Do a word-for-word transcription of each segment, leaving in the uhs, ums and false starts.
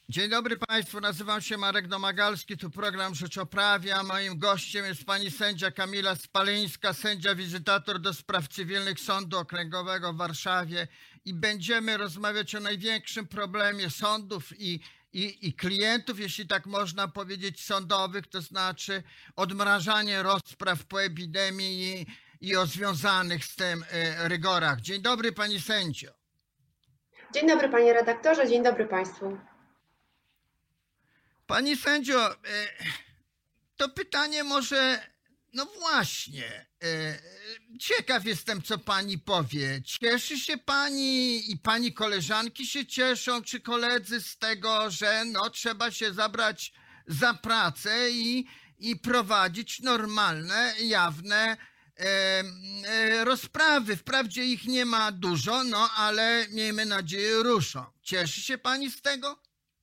Dzień dobry Państwu, nazywam się Marek Domagalski, tu program Rzeczoprawia. Moim gościem jest pani sędzia Kamila Spalińska, sędzia wizytator do spraw cywilnych Sądu Okręgowego w Warszawie i będziemy rozmawiać o największym problemie sądów i, i, i klientów, jeśli tak można powiedzieć, sądowych, to znaczy odmrażanie rozpraw po epidemii i, i o związanych z tym y, rygorach. Dzień dobry pani sędzio. Dzień dobry panie redaktorze, dzień dobry państwu. Pani sędzio, to pytanie może, no właśnie, ciekaw jestem, co pani powie. Cieszy się pani i pani koleżanki się cieszą, czy koledzy z tego, że no trzeba się zabrać za pracę i, i prowadzić normalne, jawne rozprawy. Wprawdzie ich nie ma dużo, no ale miejmy nadzieję ruszą. Cieszy się pani z tego?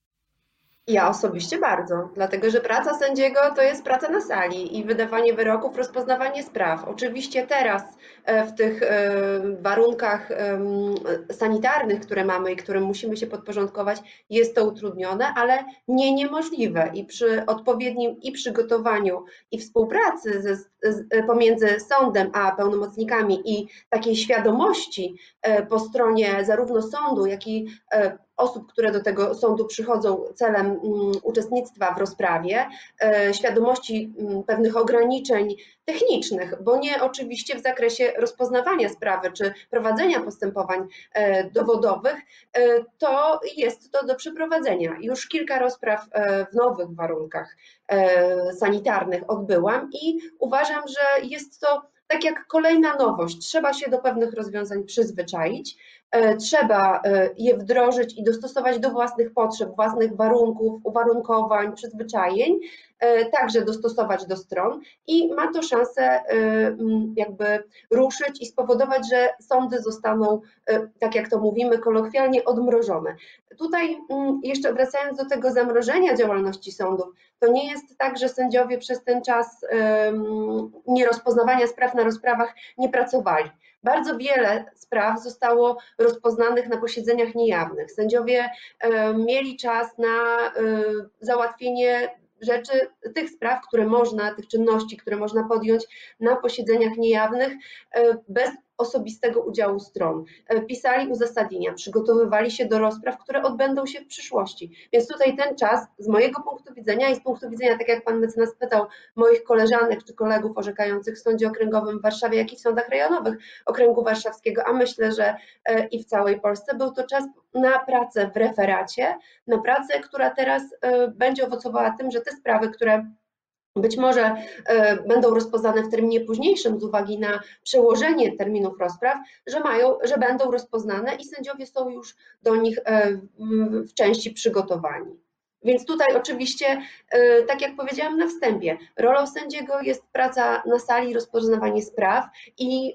Ja osobiście bardzo, dlatego że praca sędziego to jest praca na sali i wydawanie wyroków, rozpoznawanie spraw. Oczywiście teraz w tych warunkach sanitarnych, które mamy i którym musimy się podporządkować, jest to utrudnione, ale nie niemożliwe i przy odpowiednim i przygotowaniu i współpracy ze, z, pomiędzy sądem a pełnomocnikami i takiej świadomości po stronie zarówno sądu, jak i osób, które do tego sądu przychodzą celem uczestnictwa w rozprawie, świadomości pewnych ograniczeń technicznych, bo nie oczywiście w zakresie rozpoznawania sprawy czy prowadzenia postępowań dowodowych, to jest to do przeprowadzenia. Już kilka rozpraw w nowych warunkach sanitarnych odbyłam i uważam, że jest to tak jak kolejna nowość. Trzeba się do pewnych rozwiązań przyzwyczaić, trzeba je wdrożyć i dostosować do własnych potrzeb, własnych warunków, uwarunkowań, przyzwyczajeń, także dostosować do stron i ma to szansę jakby ruszyć i spowodować, że sądy zostaną, tak jak to mówimy kolokwialnie, odmrożone. Tutaj jeszcze wracając do tego zamrożenia działalności sądów, to nie jest tak, że sędziowie przez ten czas nierozpoznawania spraw na rozprawach nie pracowali. Bardzo wiele spraw zostało rozpoznanych na posiedzeniach niejawnych. Sędziowie mieli czas na załatwienie rzeczy, tych spraw, które można, tych czynności, które można podjąć na posiedzeniach niejawnych bez osobistego udziału stron. Pisali uzasadnienia, przygotowywali się do rozpraw, które odbędą się w przyszłości. Więc tutaj ten czas z mojego punktu widzenia i z punktu widzenia, tak jak pan mecenas pytał, moich koleżanek czy kolegów orzekających w Sądzie Okręgowym w Warszawie, jak i w sądach rejonowych Okręgu Warszawskiego, a myślę, że i w całej Polsce, był to czas na pracę w referacie, na pracę, która teraz będzie owocowała tym, że te sprawy, które być może będą rozpoznane w terminie późniejszym z uwagi na przełożenie terminów rozpraw, że mają, że będą rozpoznane i sędziowie są już do nich w części przygotowani. Więc tutaj oczywiście, tak jak powiedziałam na wstępie, rolą sędziego jest praca na sali, rozpoznawanie spraw i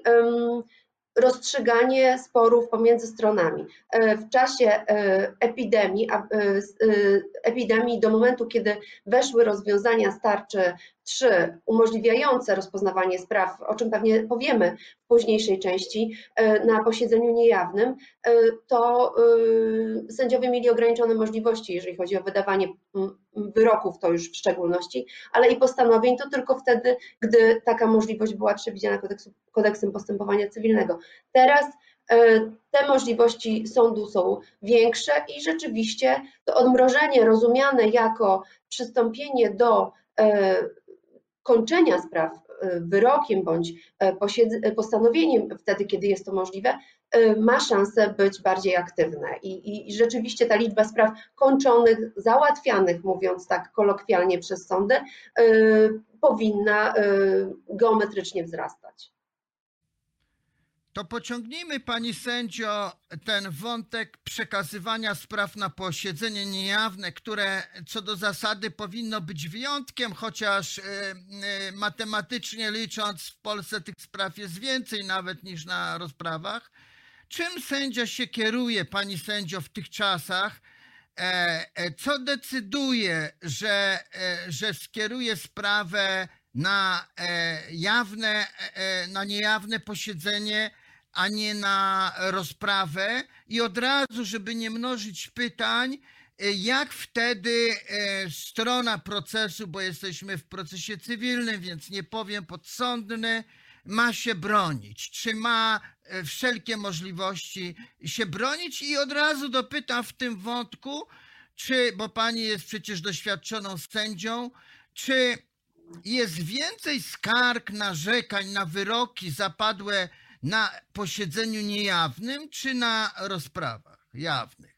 rozstrzyganie sporów pomiędzy stronami. W czasie epidemii, epidemii do momentu, kiedy weszły rozwiązania z tarczy trzy umożliwiające rozpoznawanie spraw, o czym pewnie powiemy w późniejszej części na posiedzeniu niejawnym, to sędziowie mieli ograniczone możliwości, jeżeli chodzi o wydawanie wyroków, to już w szczególności, ale i postanowień to tylko wtedy, gdy taka możliwość była przewidziana kodeksu, kodeksem postępowania cywilnego. Teraz te możliwości sądu są większe i rzeczywiście to odmrożenie rozumiane jako przystąpienie do kończenia spraw wyrokiem bądź postanowieniem wtedy, kiedy jest to możliwe, ma szansę być bardziej aktywne i, i rzeczywiście ta liczba spraw kończonych, załatwianych, mówiąc tak kolokwialnie przez sądy, powinna geometrycznie wzrastać. To pociągnijmy, pani sędzio, ten wątek przekazywania spraw na posiedzenie niejawne, które co do zasady powinno być wyjątkiem, chociaż matematycznie licząc w Polsce tych spraw jest więcej nawet niż na rozprawach. Czym sędzia się kieruje, pani sędzio, w tych czasach? Co decyduje, że, że skieruje sprawę na jawne, na niejawne posiedzenie, a nie na rozprawę? I od razu, żeby nie mnożyć pytań, jak wtedy e, strona procesu, bo jesteśmy w procesie cywilnym, więc nie powiem podsądny, ma się bronić? Czy ma e, wszelkie możliwości się bronić? I od razu dopytam w tym wątku, czy, bo pani jest przecież doświadczoną sędzią, czy jest więcej skarg, narzekań na wyroki zapadłe na posiedzeniu niejawnym, czy na rozprawach jawnych?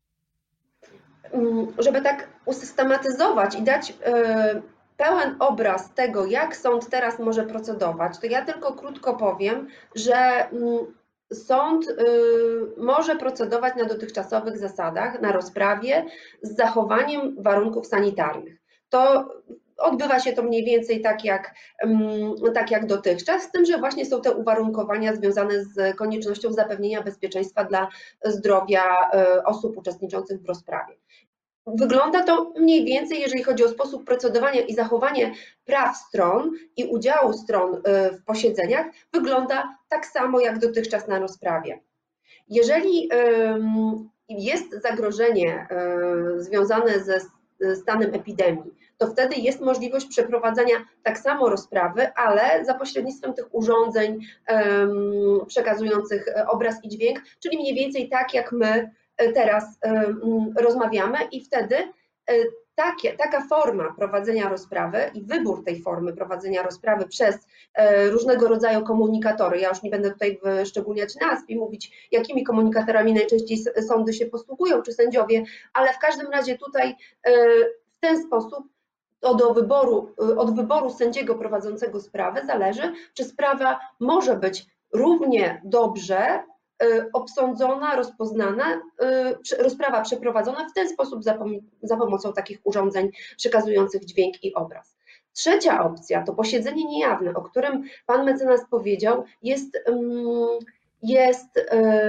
Żeby tak usystematyzować i dać pełen obraz tego, jak sąd teraz może procedować, to ja tylko krótko powiem, że sąd może procedować na dotychczasowych zasadach, na rozprawie z zachowaniem warunków sanitarnych. To odbywa się to mniej więcej tak jak, tak jak dotychczas, z tym, że właśnie są te uwarunkowania związane z koniecznością zapewnienia bezpieczeństwa dla zdrowia osób uczestniczących w rozprawie. Wygląda to mniej więcej, jeżeli chodzi o sposób procedowania i zachowanie praw stron i udziału stron w posiedzeniach, wygląda tak samo jak dotychczas na rozprawie. Jeżeli jest zagrożenie związane ze stanem epidemii, to wtedy jest możliwość przeprowadzania tak samo rozprawy, ale za pośrednictwem tych urządzeń przekazujących obraz i dźwięk, czyli mniej więcej tak jak my teraz rozmawiamy i wtedy takie, taka forma prowadzenia rozprawy i wybór tej formy prowadzenia rozprawy przez różnego rodzaju komunikatory, ja już nie będę tutaj wyszczególniać nazw i mówić, jakimi komunikatorami najczęściej sądy się posługują, czy sędziowie, ale w każdym razie tutaj w ten sposób to do wyboru, od wyboru sędziego prowadzącego sprawę zależy, czy sprawa może być równie dobrze obsądzona, rozpoznana, rozprawa przeprowadzona w ten sposób za, za pomocą takich urządzeń przekazujących dźwięk i obraz. Trzecia opcja to posiedzenie niejawne, o którym pan mecenas powiedział, jest, jest,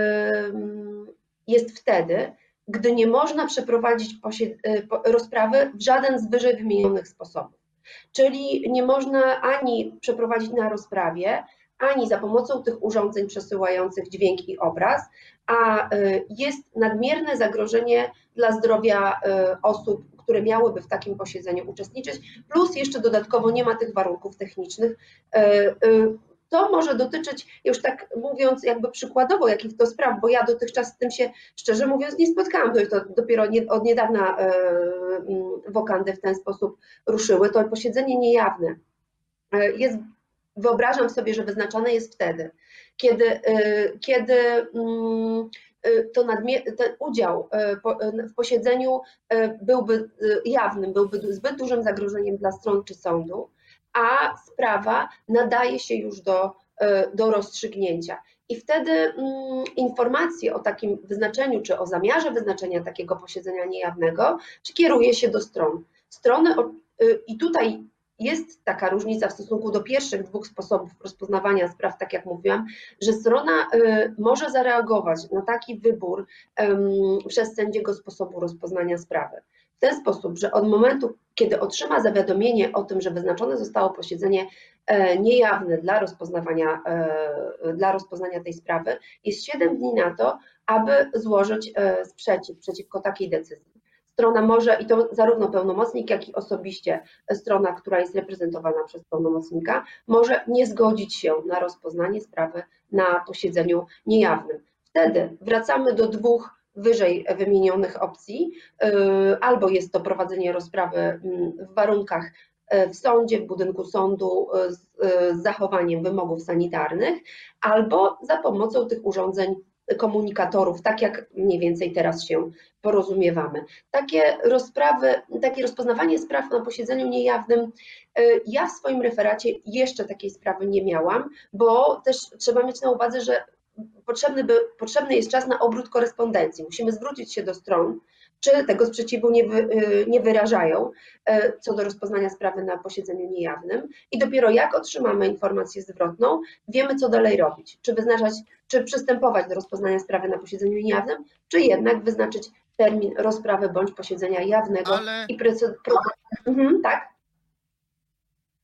jest wtedy, gdy nie można przeprowadzić rozprawy w żaden z wyżej wymienionych sposobów. Czyli nie można ani przeprowadzić na rozprawie, ani za pomocą tych urządzeń przesyłających dźwięk i obraz, a jest nadmierne zagrożenie dla zdrowia osób, które miałyby w takim posiedzeniu uczestniczyć, plus jeszcze dodatkowo nie ma tych warunków technicznych. To może dotyczyć, już tak mówiąc jakby przykładowo, jakich to spraw, bo ja dotychczas z tym się szczerze mówiąc nie spotkałam, to dopiero nie, od niedawna wokandy w ten sposób ruszyły. To posiedzenie niejawne jest, wyobrażam sobie, że wyznaczone jest wtedy, kiedy, kiedy to ten udział w posiedzeniu byłby jawnym, byłby zbyt dużym zagrożeniem dla stron czy sądu, a sprawa nadaje się już do, do rozstrzygnięcia. I wtedy mm, informacje o takim wyznaczeniu, czy o zamiarze wyznaczenia takiego posiedzenia niejawnego, czy kieruje się do stron. Strony, i tutaj jest taka różnica w stosunku do pierwszych dwóch sposobów rozpoznawania spraw, tak jak mówiłam, że strona może zareagować na taki wybór przez sędziego sposobu rozpoznania sprawy. W ten sposób, że od momentu, kiedy otrzyma zawiadomienie o tym, że wyznaczone zostało posiedzenie niejawne dla rozpoznawania, dla rozpoznania tej sprawy, jest siedem dni na to, aby złożyć sprzeciw przeciwko takiej decyzji. Strona może, i to zarówno pełnomocnik, jak i osobiście strona, która jest reprezentowana przez pełnomocnika, może nie zgodzić się na rozpoznanie sprawy na posiedzeniu niejawnym. Wtedy wracamy do dwóch wyżej wymienionych opcji, albo jest to prowadzenie rozprawy w warunkach w sądzie, w budynku sądu z zachowaniem wymogów sanitarnych, albo za pomocą tych urządzeń komunikatorów, tak jak mniej więcej teraz się porozumiewamy. Takie rozprawy, takie rozpoznawanie spraw na posiedzeniu niejawnym, ja w swoim referacie jeszcze takiej sprawy nie miałam, bo też trzeba mieć na uwadze, że potrzebny, by, potrzebny jest czas na obrót korespondencji. Musimy zwrócić się do stron, czy tego sprzeciwu nie, wy, nie wyrażają co do rozpoznania sprawy na posiedzeniu niejawnym i dopiero jak otrzymamy informację zwrotną, wiemy co dalej robić, czy wyznaczać, czy przystępować do rozpoznania sprawy na posiedzeniu niejawnym, czy jednak wyznaczyć termin rozprawy bądź posiedzenia jawnego. Ale... i precy... mhm, tak.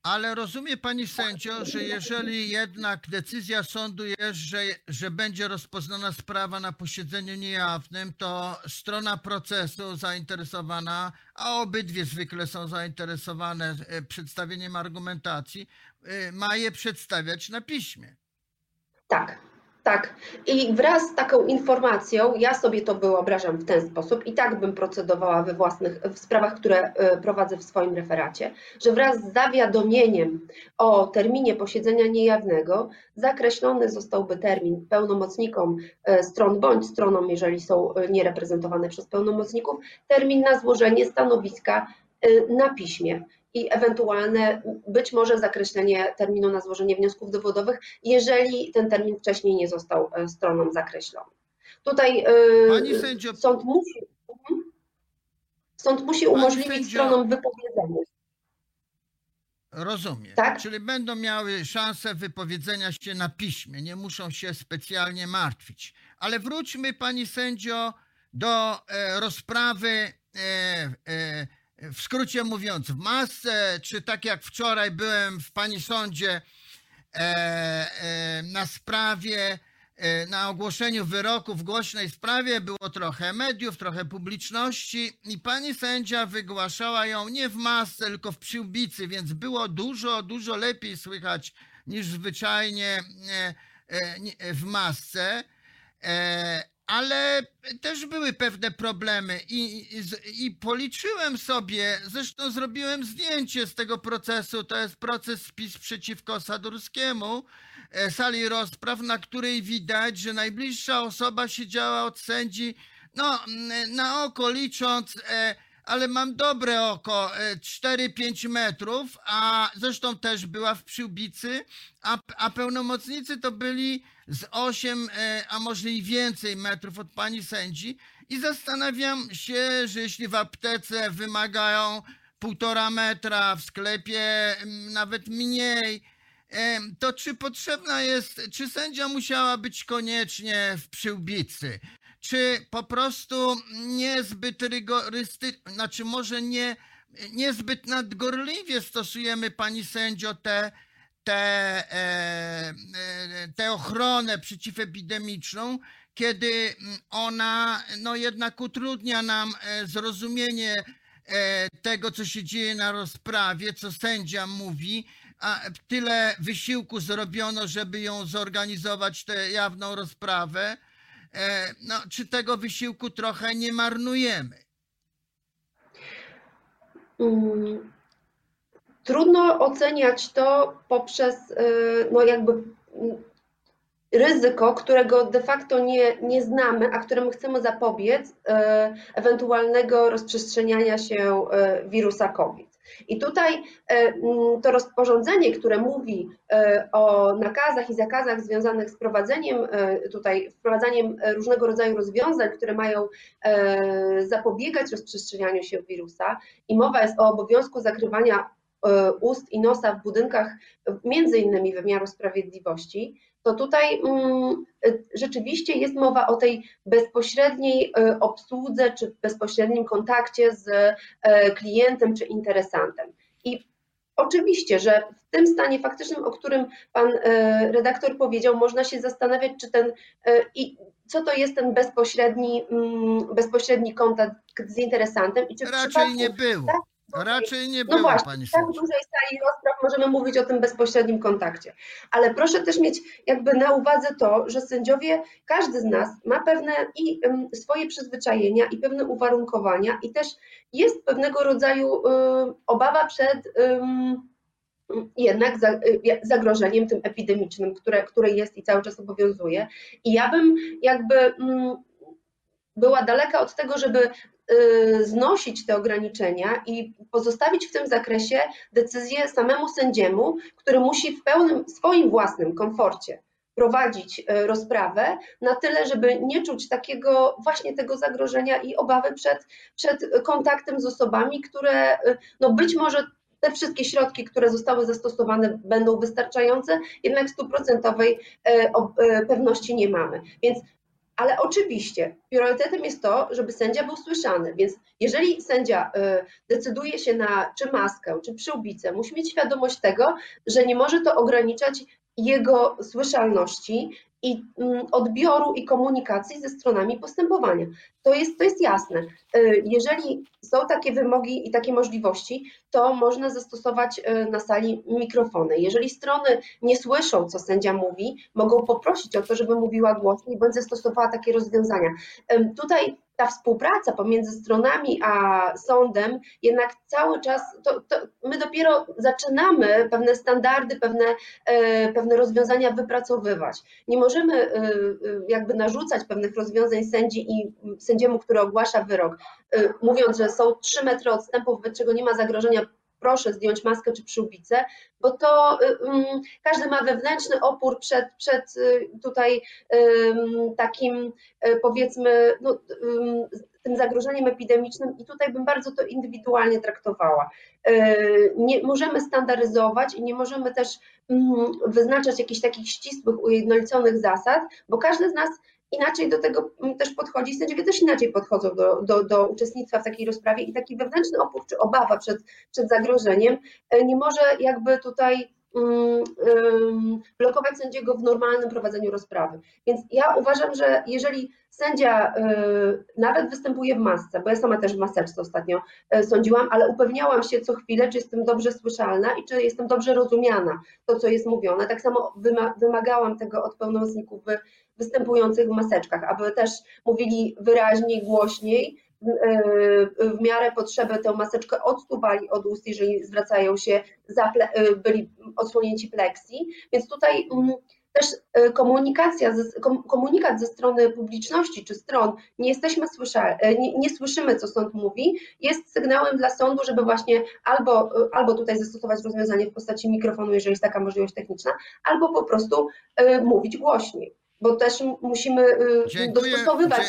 Ale rozumie pani sędzio, że jeżeli jednak decyzja sądu jest, że, że będzie rozpoznana sprawa na posiedzeniu niejawnym, to strona procesu zainteresowana, a obydwie zwykle są zainteresowane e, przedstawieniem argumentacji, e, ma je przedstawiać na piśmie. Tak, tak. I wraz z taką informacją, ja sobie to wyobrażam w ten sposób i tak bym procedowała we własnych, w sprawach, które prowadzę w swoim referacie, że wraz z zawiadomieniem o terminie posiedzenia niejawnego zakreślony zostałby termin pełnomocnikom stron bądź stronom, jeżeli są niereprezentowane przez pełnomocników, termin na złożenie stanowiska na piśmie i ewentualne być może zakreślenie terminu na złożenie wniosków dowodowych, jeżeli ten termin wcześniej nie został stronom zakreślony. Tutaj Pani sędzio, sąd musi, sąd musi umożliwić sędzio, stronom wypowiedzenie. Rozumiem. Tak? Czyli będą miały szansę wypowiedzenia się na piśmie, nie muszą się specjalnie martwić. Ale wróćmy, pani sędzio, do e, rozprawy e, e, w skrócie mówiąc, w masce, czy tak jak wczoraj byłem w pani sądzie e, e, na sprawie, e, na ogłoszeniu wyroku w głośnej sprawie, było trochę mediów, trochę publiczności i pani sędzia wygłaszała ją nie w masce, tylko w przyłbicy, więc było dużo, dużo lepiej słychać niż zwyczajnie e, e, w masce. E, Ale też były pewne problemy i, i, i policzyłem sobie, zresztą zrobiłem zdjęcie z tego procesu, to jest proces spis przeciwko Sadurskiemu, sali rozpraw, na której widać, że najbliższa osoba siedziała od sędzi, no na oko licząc, ale mam dobre oko, cztery pięć metrów, a zresztą też była w przyłbicy, a, a pełnomocnicy to byli z osiem, a może i więcej metrów od pani sędzi i zastanawiam się, że jeśli w aptece wymagają półtora metra, w sklepie nawet mniej, to czy potrzebna jest, czy sędzia musiała być koniecznie w przyłbicy? Czy po prostu niezbyt rygorystyczne, znaczy może nie, niezbyt nadgorliwie stosujemy, pani sędzio, te, te, tę ochronę przeciwepidemiczną, kiedy ona no jednak utrudnia nam zrozumienie tego, co się dzieje na rozprawie, co sędzia mówi, a tyle wysiłku zrobiono, żeby ją zorganizować, tę jawną rozprawę. No, czy tego wysiłku trochę nie marnujemy? Hmm. Trudno oceniać to poprzez no jakby ryzyko, którego de facto nie, nie znamy, a któremu chcemy zapobiec, ewentualnego rozprzestrzeniania się wirusa COVID. I tutaj to rozporządzenie, które mówi o nakazach i zakazach związanych z prowadzeniem, tutaj wprowadzaniem różnego rodzaju rozwiązań, które mają zapobiegać rozprzestrzenianiu się wirusa i mowa jest o obowiązku zakrywania ust i nosa w budynkach między innymi wymiaru sprawiedliwości, to tutaj mm, rzeczywiście jest mowa o tej bezpośredniej obsłudze czy bezpośrednim kontakcie z klientem czy interesantem. I oczywiście, że w tym stanie faktycznym, o którym pan redaktor powiedział, można się zastanawiać, czy ten i co to jest ten bezpośredni, bezpośredni kontakt z interesantem i czy w Raczej przypadku, nie było. tak, Raczej nie no było, właśnie, pani w tak sędzio. dużej sali rozpraw możemy mówić o tym bezpośrednim kontakcie. Ale proszę też mieć jakby na uwadze to, że sędziowie, każdy z nas ma pewne i um, swoje przyzwyczajenia i pewne uwarunkowania i też jest pewnego rodzaju um, obawa przed um, jednak zagrożeniem tym epidemicznym, które, które jest i cały czas obowiązuje. I ja bym jakby um, była daleka od tego, żeby znosić te ograniczenia i pozostawić w tym zakresie decyzję samemu sędziemu, który musi w pełnym swoim własnym komforcie prowadzić rozprawę na tyle, żeby nie czuć takiego właśnie tego zagrożenia i obawy przed, przed kontaktem z osobami, które no być może te wszystkie środki, które zostały zastosowane, będą wystarczające, jednak stuprocentowej pewności nie mamy. Więc Ale oczywiście priorytetem jest to, żeby sędzia był słyszany, więc jeżeli sędzia decyduje się na czy maskę, czy przyłbicę, musi mieć świadomość tego, że nie może to ograniczać jego słyszalności i odbioru i komunikacji ze stronami postępowania. To jest, to jest jasne. Jeżeli są takie wymogi i takie możliwości, to można zastosować na sali mikrofony. Jeżeli strony nie słyszą, co sędzia mówi, mogą poprosić o to, żeby mówiła głośniej, bądź zastosowała takie rozwiązania. Tutaj ta współpraca pomiędzy stronami a sądem jednak cały czas, to, to my dopiero zaczynamy pewne standardy, pewne, pewne rozwiązania wypracowywać. Nie możemy jakby narzucać pewnych rozwiązań sędzi i sędziemu, który ogłasza wyrok, mówiąc, że są trzy metry odstępu, wobec czego nie ma zagrożenia, proszę zdjąć maskę czy przyłbicę, bo to um, każdy ma wewnętrzny opór przed, przed tutaj um, takim powiedzmy no, um, tym zagrożeniem epidemicznym i tutaj bym bardzo to indywidualnie traktowała. Nie możemy standaryzować i nie możemy też um, wyznaczać jakichś takich ścisłych, ujednoliconych zasad, bo każdy z nas inaczej do tego też podchodzi, sędziowie też inaczej podchodzą do, do, do uczestnictwa w takiej rozprawie i taki wewnętrzny opór czy obawa przed, przed zagrożeniem nie może jakby tutaj um, um, blokować sędziego w normalnym prowadzeniu rozprawy. Więc ja uważam, że jeżeli sędzia y, nawet występuje w masce, bo ja sama też w maseczce ostatnio y, sądziłam, ale upewniałam się co chwilę, czy jestem dobrze słyszalna i czy jestem dobrze rozumiana, to co jest mówione. Tak samo wyma wymagałam tego od pełnomocników wy występujących w maseczkach, aby też mówili wyraźniej, głośniej, w miarę potrzeby tę maseczkę odsuwali od ust, jeżeli zwracają się, za byli odsłonięci pleksji, więc tutaj też komunikacja, komunikat ze strony publiczności czy stron, nie jesteśmy słyszalni, nie, nie słyszymy, co sąd mówi, jest sygnałem dla sądu, żeby właśnie albo, albo tutaj zastosować rozwiązanie w postaci mikrofonu, jeżeli jest taka możliwość techniczna, albo po prostu mówić głośniej, bo też musimy Dziękuję. dostosowywać.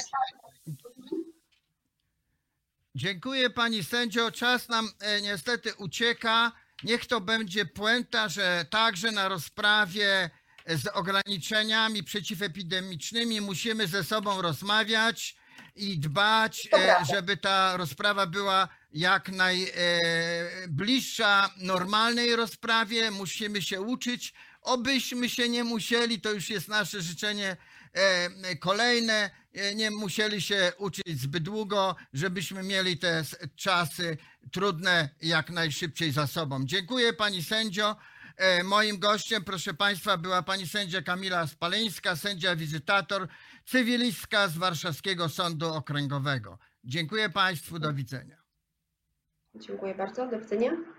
Dziękuję pani sędzio. Czas nam e, niestety ucieka. Niech to będzie puenta, że także na rozprawie z ograniczeniami przeciwepidemicznymi musimy ze sobą rozmawiać i dbać, e, żeby ta rozprawa była jak najbliższa e, normalnej rozprawie. Musimy się uczyć. Obyśmy się nie musieli, to już jest nasze życzenie e, kolejne, e, nie musieli się uczyć zbyt długo, żebyśmy mieli te czasy trudne jak najszybciej za sobą. Dziękuję pani sędzio. E, moim gościem, proszę państwa, była pani sędzia Kamila Spaleńska, sędzia wizytator, cywilistka z Warszawskiego Sądu Okręgowego. Dziękuję państwu, do widzenia. Dziękuję bardzo, do widzenia.